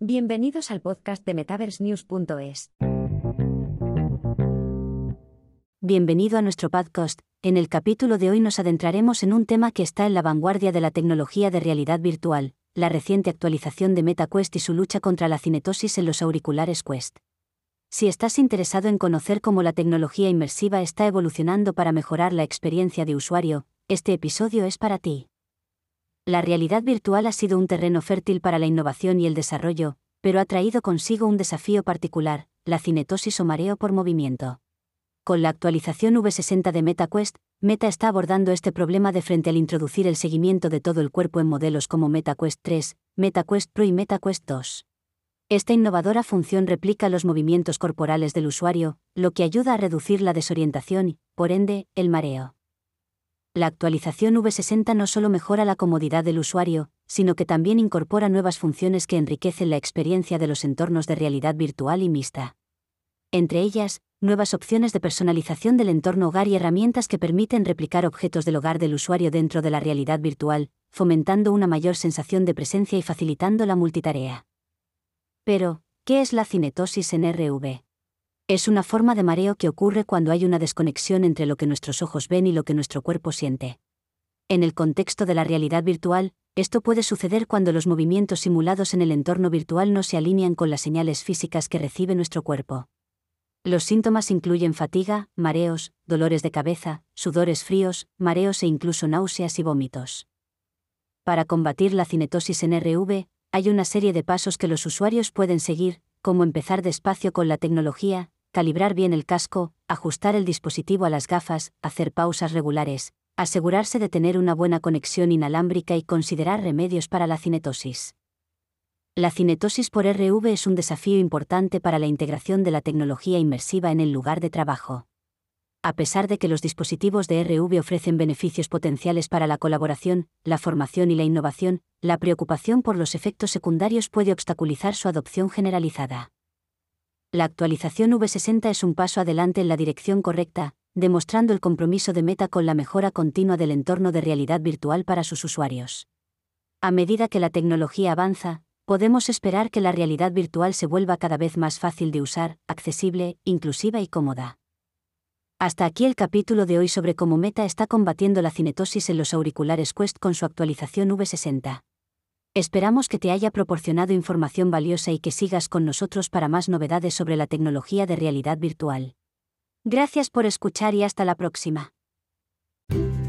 Bienvenidos al podcast de MetaverseNews.es. Bienvenido a nuestro podcast. En el capítulo de hoy nos adentraremos en un tema que está en la vanguardia de la tecnología de realidad virtual, la reciente actualización de MetaQuest y su lucha contra la cinetosis en los auriculares Quest. Si estás interesado en conocer cómo la tecnología inmersiva está evolucionando para mejorar la experiencia de usuario, este episodio es para ti. La realidad virtual ha sido un terreno fértil para la innovación y el desarrollo, pero ha traído consigo un desafío particular, la cinetosis o mareo por movimiento. Con la actualización V60 de MetaQuest, Meta está abordando este problema de frente al introducir el seguimiento de todo el cuerpo en modelos como MetaQuest 3, MetaQuest Pro y MetaQuest 2. Esta innovadora función replica los movimientos corporales del usuario, lo que ayuda a reducir la desorientación y, por ende, el mareo. La actualización V60 no solo mejora la comodidad del usuario, sino que también incorpora nuevas funciones que enriquecen la experiencia de los entornos de realidad virtual y mixta. Entre ellas, nuevas opciones de personalización del entorno hogar y herramientas que permiten replicar objetos del hogar del usuario dentro de la realidad virtual, fomentando una mayor sensación de presencia y facilitando la multitarea. Pero, ¿qué es la cinetosis en RV? Es una forma de mareo que ocurre cuando hay una desconexión entre lo que nuestros ojos ven y lo que nuestro cuerpo siente. En el contexto de la realidad virtual, esto puede suceder cuando los movimientos simulados en el entorno virtual no se alinean con las señales físicas que recibe nuestro cuerpo. Los síntomas incluyen fatiga, mareos, dolores de cabeza, sudores fríos, mareos e incluso náuseas y vómitos. Para combatir la cinetosis en RV, hay una serie de pasos que los usuarios pueden seguir, como empezar despacio con la tecnología, calibrar bien el casco, ajustar el dispositivo a las gafas, hacer pausas regulares, asegurarse de tener una buena conexión inalámbrica y considerar remedios para la cinetosis. La cinetosis por RV es un desafío importante para la integración de la tecnología inmersiva en el lugar de trabajo. A pesar de que los dispositivos de RV ofrecen beneficios potenciales para la colaboración, la formación y la innovación, la preocupación por los efectos secundarios puede obstaculizar su adopción generalizada. La actualización V60 es un paso adelante en la dirección correcta, demostrando el compromiso de Meta con la mejora continua del entorno de realidad virtual para sus usuarios. A medida que la tecnología avanza, podemos esperar que la realidad virtual se vuelva cada vez más fácil de usar, accesible, inclusiva y cómoda. Hasta aquí el capítulo de hoy sobre cómo Meta está combatiendo la cinetosis en los auriculares Quest con su actualización V60. Esperamos que te haya proporcionado información valiosa y que sigas con nosotros para más novedades sobre la tecnología de realidad virtual. Gracias por escuchar y hasta la próxima.